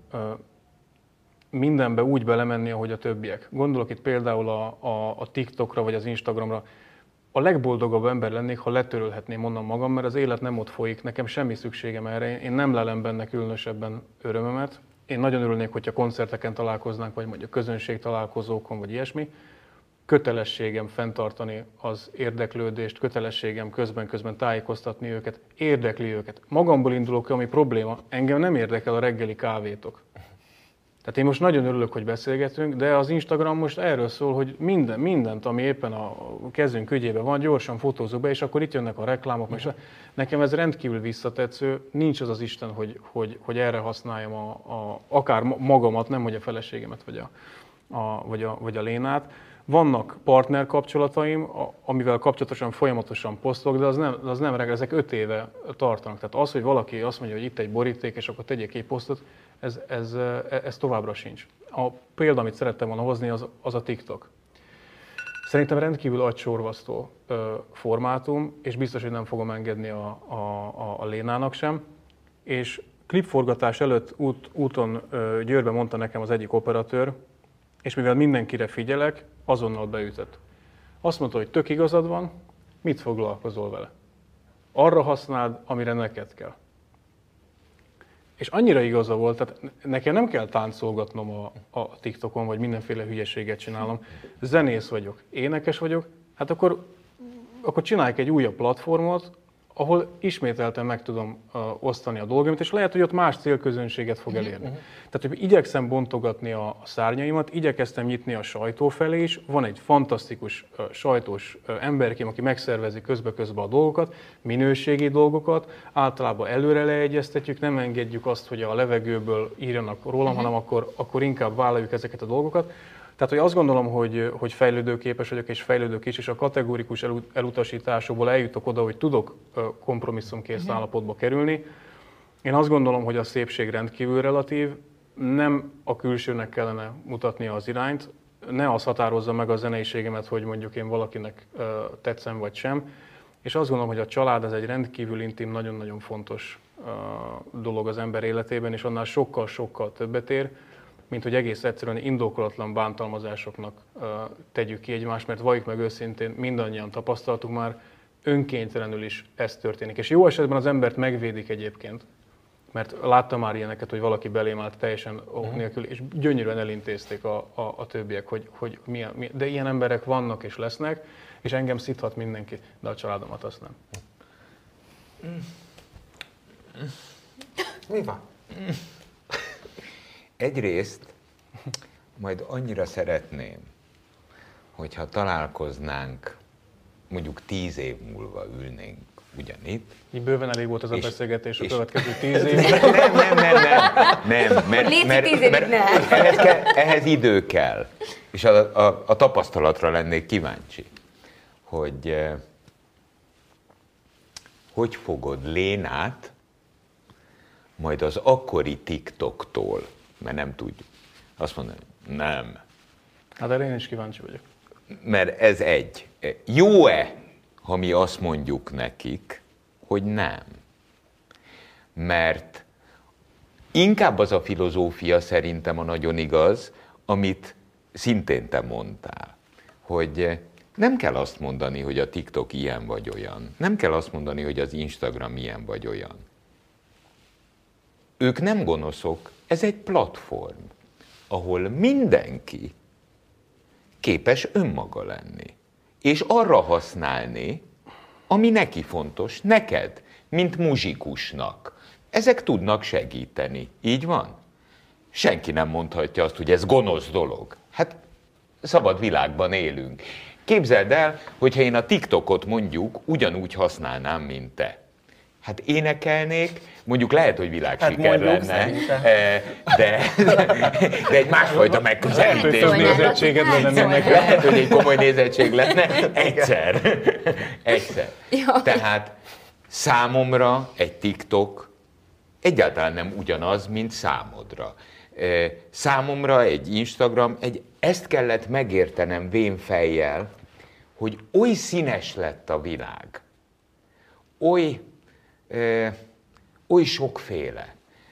mindenbe úgy belemenni, ahogy a többiek. Gondolok itt például a, a, a TikTokra vagy az Instagramra. A legboldogabb ember lennék, ha letörölhetném onnan magam, mert az élet nem ott folyik, nekem semmi szükségem erre, én nem lelem benne különösebben örömömet. Én nagyon örülnék, hogyha koncerteken találkoznánk, vagy mondjuk közönség találkozókon, vagy ilyesmi. Kötelességem fenntartani az érdeklődést, kötelességem közben-közben tájékoztatni őket, érdekli őket. Magamból indulok ki, ami probléma, engem nem érdekel a reggeli kávétok. Tehát én most nagyon örülök, hogy beszélgetünk, de az Instagram most erről szól, hogy minden, mindent, ami éppen a kezünk ügyében van, gyorsan fotózok be, és akkor itt jönnek a reklámok. És nekem ez rendkívül visszatetsző, nincs az az Isten, hogy, hogy, hogy erre használjam a, a, akár magamat, nem hogy a feleségemet, vagy a, a, vagy a, vagy a Lénát. Vannak partner kapcsolataim, amivel kapcsolatosan folyamatosan posztolok, de az nem, az nem reggel, ezek öt éve tartanak. Tehát az, hogy valaki azt mondja, hogy itt egy boríték, és akkor tegyek egy posztot, ez, ez, ez továbbra sincs. A példa, amit szerettem volna hozni, az, az a TikTok. Szerintem rendkívül agysorvasztó formátum, és biztos, hogy nem fogom engedni a, a, a, a Lénának sem. És klipforgatás előtt út, úton Győrbe mondta nekem az egyik operatőr, és mivel mindenkire figyelek, azonnal beütött. Azt mondta, hogy tök igazad van, mit foglalkozol vele? Arra használd, amire neked kell. És annyira igaza volt, tehát nekem nem kell táncolgatnom a, a TikTokon, vagy mindenféle hülyeséget csinálom. Zenész vagyok, énekes vagyok, hát akkor, akkor csináljuk egy újabb platformot, ahol ismételten meg tudom uh, osztani a dolgomat, és lehet, hogy ott más célközönséget fog elérni. Uh-huh. Tehát, hogy igyekszem bontogatni a, a szárnyaimat, igyekeztem nyitni a sajtó felé is. Van egy fantasztikus uh, sajtós uh, emberkém, aki megszervezi közbe-közbe a dolgokat, minőségi dolgokat, általában előre leegyeztetjük, nem engedjük azt, hogy a levegőből írjanak rólam, uh-huh. hanem akkor, akkor inkább vállaljuk ezeket a dolgokat. Tehát, hogy azt gondolom, hogy, hogy fejlődőképes vagyok, és fejlődök is, és a kategórikus elutasításokból eljutok oda, hogy tudok kompromisszumkész uh-huh. állapotba kerülni. Én azt gondolom, hogy a szépség rendkívül relatív, nem a külsőnek kellene mutatnia az irányt, ne az határozza meg a zeneiségemet, hogy mondjuk én valakinek uh, tetszem vagy sem. És azt gondolom, hogy a család ez egy rendkívül intim, nagyon-nagyon fontos uh, dolog az ember életében, és annál sokkal-sokkal többet ér, mint hogy egész egyszerűen indokolatlan bántalmazásoknak uh, tegyük ki egymást, mert valljuk meg őszintén, mindannyian tapasztaltuk már, önkéntelenül is ez történik. És jó esetben az embert megvédik egyébként, mert láttam már ilyeneket, hogy valaki belém állt teljesen ok nélkül, és gyönyörűen elintézték a, a, a többiek, hogy, hogy milyen, milyen, de ilyen emberek vannak és lesznek, és engem szíthat mindenki, de a családomat azt nem. Mi van? Egyrészt majd annyira szeretném, hogyha találkoznánk, mondjuk tíz év múlva ülnénk ugyanitt. Így bőven elég volt az a beszélgetés a következő tíz év. Nem, nem, nem, nem, nem, mert, mert, mert ehhez, kell, ehhez idő kell. És a, a, a tapasztalatra lennék kíváncsi, hogy hogy fogod Lénát majd az akkori TikToktól, mert nem tudjuk. Azt mondani, nem. Hát erre én is kíváncsi vagyok. Mert ez egy. Jó-e, ha mi azt mondjuk nekik, hogy nem? Mert inkább az a filozófia szerintem a nagyon igaz, amit szintén te mondtál, hogy nem kell azt mondani, hogy a TikTok ilyen vagy olyan. Nem kell azt mondani, hogy az Instagram ilyen vagy olyan. Ők nem gonoszok, ez egy platform, ahol mindenki képes önmaga lenni. És arra használni, ami neki fontos, neked, mint muzsikusnak. Ezek tudnak segíteni. Így van? Senki nem mondhatja azt, hogy ez gonosz dolog. Hát szabad világban élünk. Képzeld el, hogyha én a TikTokot mondjuk ugyanúgy használnám, mint te. Hát énekelnék, mondjuk lehet, hogy világsiker hát lenne, de, de egy másfajta megközelítés. Lehet, hogy egy komoly nézettség lenne, egyszer. Egyszer. Tehát számomra egy TikTok egyáltalán nem ugyanaz, mint számodra. Számomra egy Instagram, egy, ezt kellett megértenem vénfejjel, hogy oly színes lett a világ, oly, ö, oly sokféle.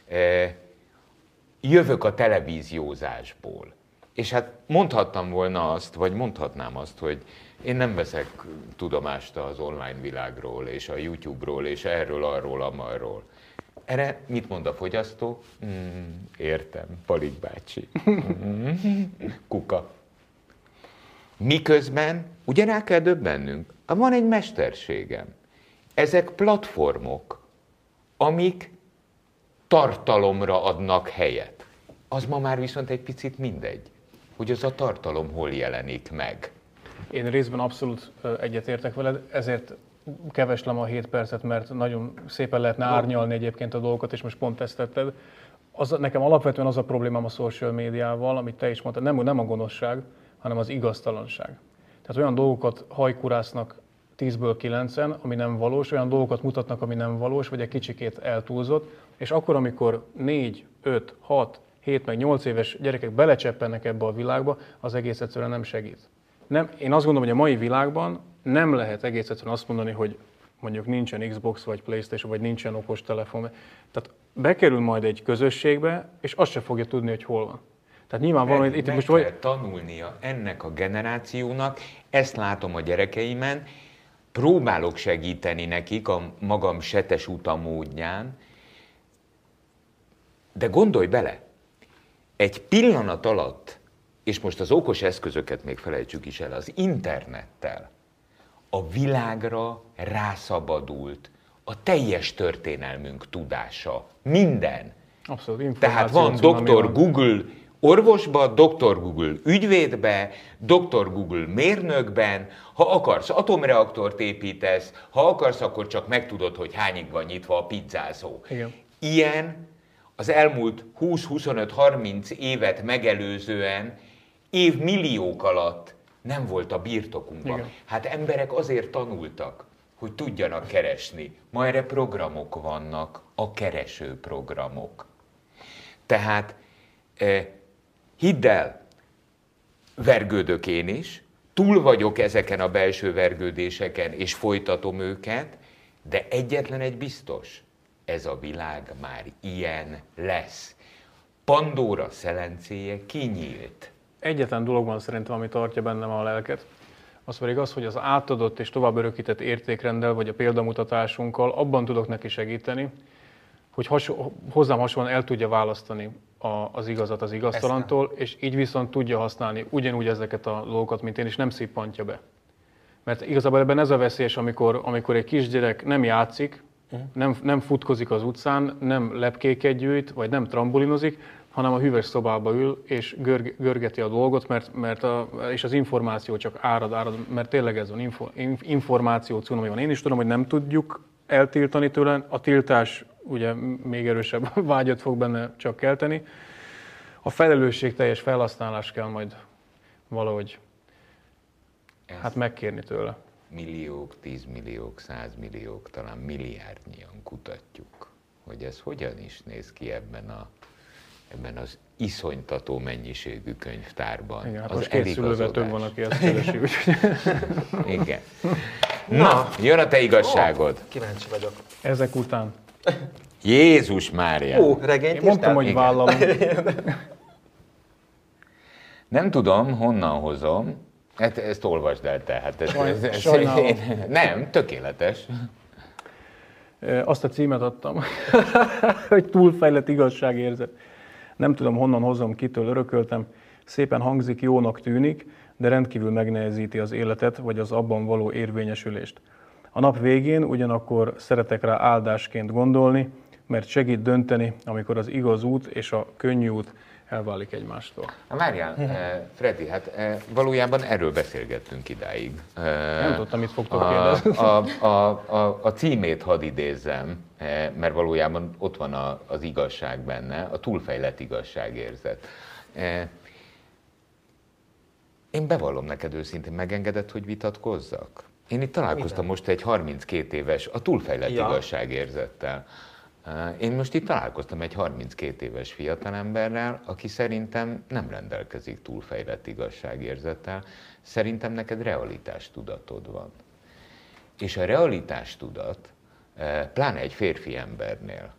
jövök a televíziózásból. És hát mondhattam volna azt, vagy mondhatnám azt, hogy én nem veszek tudomást az online világról, és a YouTube-ról, és erről, arról, amarról. Erre mit mond a fogyasztó? Mm, értem, Palik bácsi. Mm, kuka. Miközben, ugye rá kell döbbennünk, van egy mesterségem. Ezek platformok, amik tartalomra adnak helyet. Az ma már viszont egy picit mindegy, hogy az a tartalom hol jelenik meg. Én részben abszolút egyetértek veled, ezért keveslem a hét percet, mert nagyon szépen lehetne árnyalni egyébként a dolgokat, és most pont ezt tetted. Az, nekem alapvetően az a problémám a social médiával, amit te is mondtad, nem, nem a gonoszság, hanem az igaztalanság. Tehát olyan dolgokat hajkurásznak tízből kilencen, ami nem valós, olyan dolgokat mutatnak, ami nem valós, vagy egy kicsikét eltúlzott, és akkor, amikor négy, öt, hat, hét, meg nyolc éves gyerekek belecseppennek ebbe a világba, az egész egyszerűen nem segít. Nem, én azt gondolom, hogy a mai világban nem lehet egész egyszerűen azt mondani, hogy mondjuk nincsen Xbox, vagy PlayStation, vagy nincsen okostelefon. Tehát bekerül majd egy közösségbe, és azt se fogja tudni, hogy hol van. Tehát nyilvánvalóan itt most vagy... kell tanulnia ennek a generációnak, ezt látom a gyerekeimen, próbálok segíteni nekik a magam setes utamódján, de gondolj bele, egy pillanat alatt, és most az okos eszközöket még felejtsük is el, az internettel a világra rászabadult a teljes történelmünk tudása. Minden. Abszolút. Tehát van doktor Google orvosba, doktor Google ügyvédbe, doktor Google mérnökben, ha akarsz atomreaktort építesz, ha akarsz, akkor csak megtudod, hogy hányig van nyitva a pizzázó. Igen. Ilyen az elmúlt húsz, huszonöt, harminc évet megelőzően évmilliók alatt nem volt a birtokunkban. Igen. Hát emberek azért tanultak, hogy tudjanak keresni. Ma erre programok vannak, a keresőprogramok. Tehát eh, hidd el, vergődök én is, túl vagyok ezeken a belső vergődéseken, és folytatom őket, de egyetlen egy biztos, ez a világ már ilyen lesz. Pandóra szelencéje kinyílt. Egyetlen dolog van szerintem, ami tartja bennem a lelket, az pedig az, hogy az átadott és tovább örökített értékrenddel, vagy a példamutatásunkkal abban tudok neki segíteni, hogy has, hozzám hasonlóan el tudja választani a, az igazat az igaztalantól, és így viszont tudja használni ugyanúgy ezeket a dolgokat, mint én, és nem szippantja be. Mert igazából ebben ez a veszélyes, amikor, amikor egy kisgyerek nem játszik, uh-huh. nem, nem futkozik az utcán, nem lepkéket gyűjt, vagy nem trambolinozik, hanem a hűvös szobába ül, és görg, görgeti a dolgot, mert, mert a, és az információ csak árad, árad, mert tényleg ez van, info, információ cunami van. Én is tudom, hogy nem tudjuk eltiltani tőle, a tiltás ugye még erősebb vágyat fog benne csak kelteni. A felelősségteljes felhasználást kell majd valahogy hát megkérni tőle. Milliók, tízmilliók, százmilliók, talán milliárdnyian kutatjuk, hogy ez hogyan is néz ki ebben, a, ebben az iszonytató mennyiségű könyvtárban. Igen, hát az most két szülővel több van, aki ezt keresi. Igen. Na, Na, jön a te igazságod. Ó, kíváncsi vagyok. Ezek után. Jézus Mária! Ó, regényt Én mondtam, hogy vállalom. Nem tudom, honnan hozom. Hát ezt olvasd el te. Hát ez, Saj, ez, ez, sajnálom. Nem, tökéletes. Azt a címet adtam, hogy túlfejlett igazságérzet. Nem tudom, honnan hozom, kitől örököltem. Szépen hangzik, jónak tűnik, de rendkívül megnehezíti az életet, vagy az abban való érvényesülést. A nap végén ugyanakkor szeretek rá áldásként gondolni, mert segít dönteni, amikor az igaz út és a könnyű út elválik egymástól. Várjál, Freddy, hát valójában erről beszélgettünk idáig. Nem tudtam, mit fogtok a, kérdezni. A, a, a, a címét hadd idézzem, mert valójában ott van a, az igazság benne, a túlfejlett igazságérzet. Én bevallom neked őszintén, megengedett, hogy vitatkozzak? Én itt találkoztam Minden. most egy harminckét éves, a túlfejlett ja. igazságérzettel. Én most itt találkoztam egy harminckét éves fiatalemberrel, aki szerintem nem rendelkezik túlfejlett igazságérzettel. Szerintem neked realitástudatod van. És a realitástudat, pláne egy férfi embernél,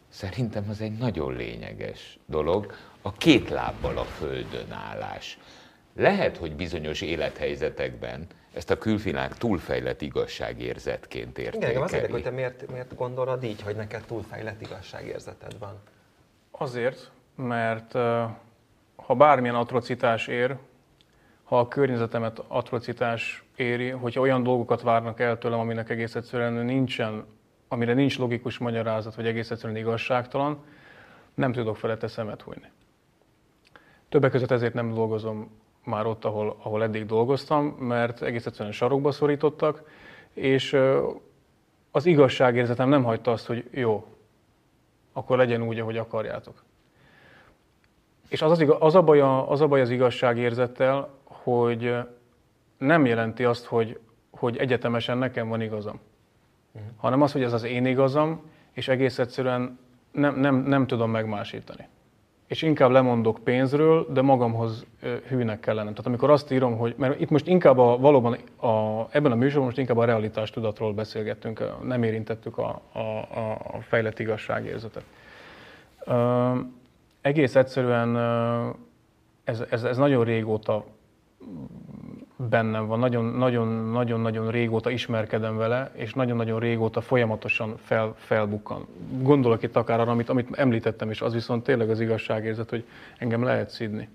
Szerintem az egy nagyon lényeges dolog, a két lábbal a földön állás. Lehet, hogy bizonyos élethelyzetekben ezt a külvilág túlfejlett igazságérzetként értékeli. Igen, azt érdekel, hogy te miért, miért gondolod így, hogy neked túlfejlett igazságérzeted van? Azért, mert ha bármilyen atrocitás ér, ha a környezetemet atrocitás éri, hogyha olyan dolgokat várnak el tőlem, aminek egész egyszerűen nincsen, amire nincs logikus magyarázat, vagy egész egyszerűen igazságtalan, nem tudok felette szemet hújni. Többek között ezért nem dolgozom már ott, ahol, ahol eddig dolgoztam, mert egész egyszerűen sarokba szorítottak, és az igazságérzetem nem hagyta azt, hogy jó, akkor legyen úgy, ahogy akarjátok. És az, az, igaz, az, a baj, az a baj az igazságérzettel, hogy nem jelenti azt, hogy, hogy egyetemesen nekem van igazam, uh-huh. hanem az, hogy ez az én igazam, és egész egyszerűen nem, nem, nem tudom megmásítani. És inkább lemondok pénzről, de magamhoz hűnek kell lennem. Tehát amikor azt írom, hogy, mert itt most inkább a, valóban a, ebben a műsorban most inkább a realitás tudatról beszélgettünk, nem érintettük a, a, a fejlett igazságérzetet. Uh, egész egyszerűen uh, ez, ez, ez nagyon régóta bennem van, nagyon-nagyon régóta ismerkedem vele, és nagyon-nagyon régóta folyamatosan fel, felbukkan. Gondolok itt akár arra, amit, amit említettem is, az viszont tényleg az igazságérzet, hogy engem lehet szidni.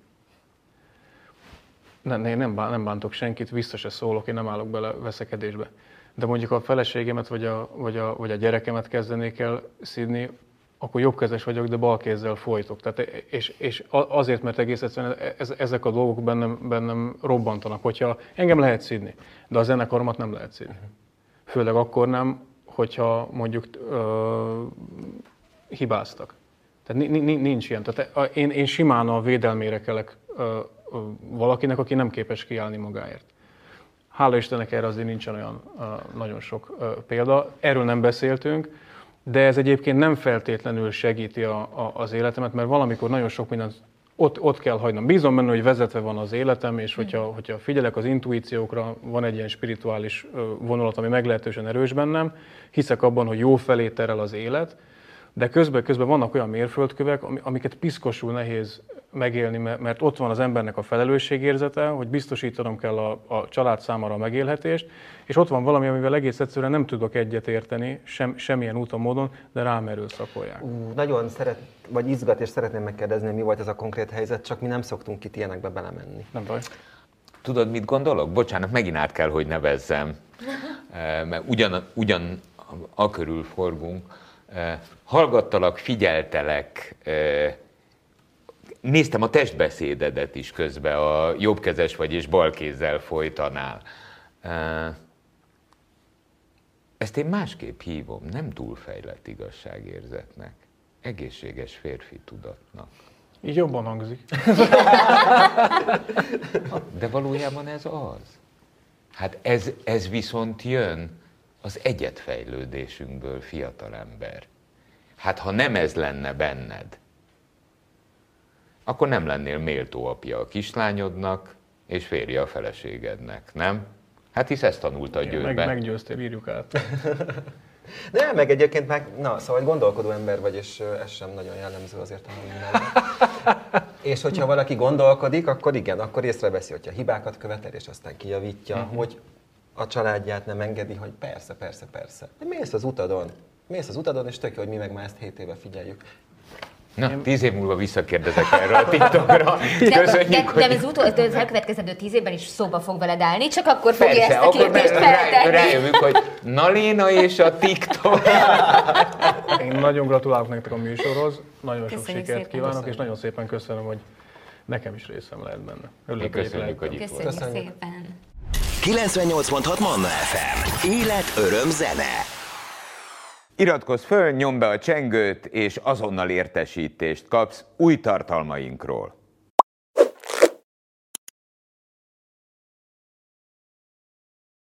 Nem, én nem, nem bántok senkit, vissza se szólok, én nem állok bele veszekedésbe. De mondjuk a feleségemet vagy a, vagy a, vagy a gyerekemet kezdenék el szidni, akkor jobbkezes vagyok, de bal kézzel folytok. Tehát, és, és azért, mert egész egyszerűen ez, ezek a dolgok bennem, bennem robbantanak, hogyha engem lehet szidni, de a zenekaromat nem lehet szidni. Főleg akkor nem, hogyha mondjuk ö, hibáztak. Tehát nincs ilyen. Tehát én, én simán a védelmére kelek ö, ö, valakinek, aki nem képes kiállni magáért. Hála Istennek erre azért nincsen olyan ö, nagyon sok ö, példa. Erről nem beszéltünk, de ez egyébként nem feltétlenül segíti a, a, az életemet, mert valamikor nagyon sok mindent ott, ott kell hagynom. Bízom benne, hogy vezetve van az életem, és hogyha, hogyha figyelek az intuíciókra, van egy ilyen spirituális vonulat, ami meglehetősen erős bennem, hiszek abban, hogy jó felé terel az élet, de közben, közben vannak olyan mérföldkövek, amiket piszkosul nehéz megélni, mert ott van az embernek a felelősségérzete, hogy biztosítanom kell a, a család számára a megélhetést, és ott van valami, amivel egész egyszerűen nem tudok egyet érteni, sem, semmilyen úton, módon, de rám erőszakolják. Uh, nagyon szeret, vagy izgat, és szeretném megkérdezni, mi volt ez a konkrét helyzet, csak mi nem szoktunk itt ilyenekbe belemenni. Nem baj. Tudod, mit gondolok? Bocsánat, megint át kell, hogy nevezzem, mert ugyan, ugyan a körül forgunk. Hallgattalak, figyeltelek, néztem a testbeszédedet is közben, a jobbkezes vagy és balkézzel folytanál. Ezt én másképp hívom, nem túlfejlett igazságérzetnek, egészséges férfi tudatnak. Így jobban hangzik. De valójában ez az. Hát ez, ez viszont jön az egyetfejlődésünkből, fiatalember. Hát ha nem ez lenne benned, akkor nem lennél méltó apja a kislányodnak, és férje a feleségednek, nem? Hát hisz ezt tanulta a Győrben. Meg, meggyőztél, írjuk át. Nem, meg egyébként meg, na, szóval egy gondolkodó ember vagy, és ez sem nagyon jellemző azért a mindenben. És hogyha valaki gondolkodik, akkor igen, akkor észreveszi, hogyha hibákat követel, és aztán kijavítja, uh-huh. hogy a családját nem engedi, hogy persze, persze, persze. De mész az utadon, mész az utadon, és tök jó, hogy mi meg már ezt hét éve figyeljük. Na, én... tíz év múlva visszakérdezek erről a TikTokra. Köszönjük, de, hogy... de az, utol, az elkövetkezendő tíz évben is szóba fog veled állni, csak akkor fogja persze, ezt a kérdést feltenni. Rájövünk, hogy Naléna és a TikTok. Én nagyon gratulálok nektek a műsorhoz, nagyon sok köszönjük sikert szépen. kívánok, Köszönjük. És nagyon szépen köszönöm, hogy nekem is részem lehet benne. Örülök, köszönjük, hogy itt volt. Köszönjük szépen. kilencvennyolc pont hat Manna ef em. Élet, öröm, zene. Iratkozz föl, nyomd be a csengőt, és azonnal értesítést kapsz új tartalmainkról.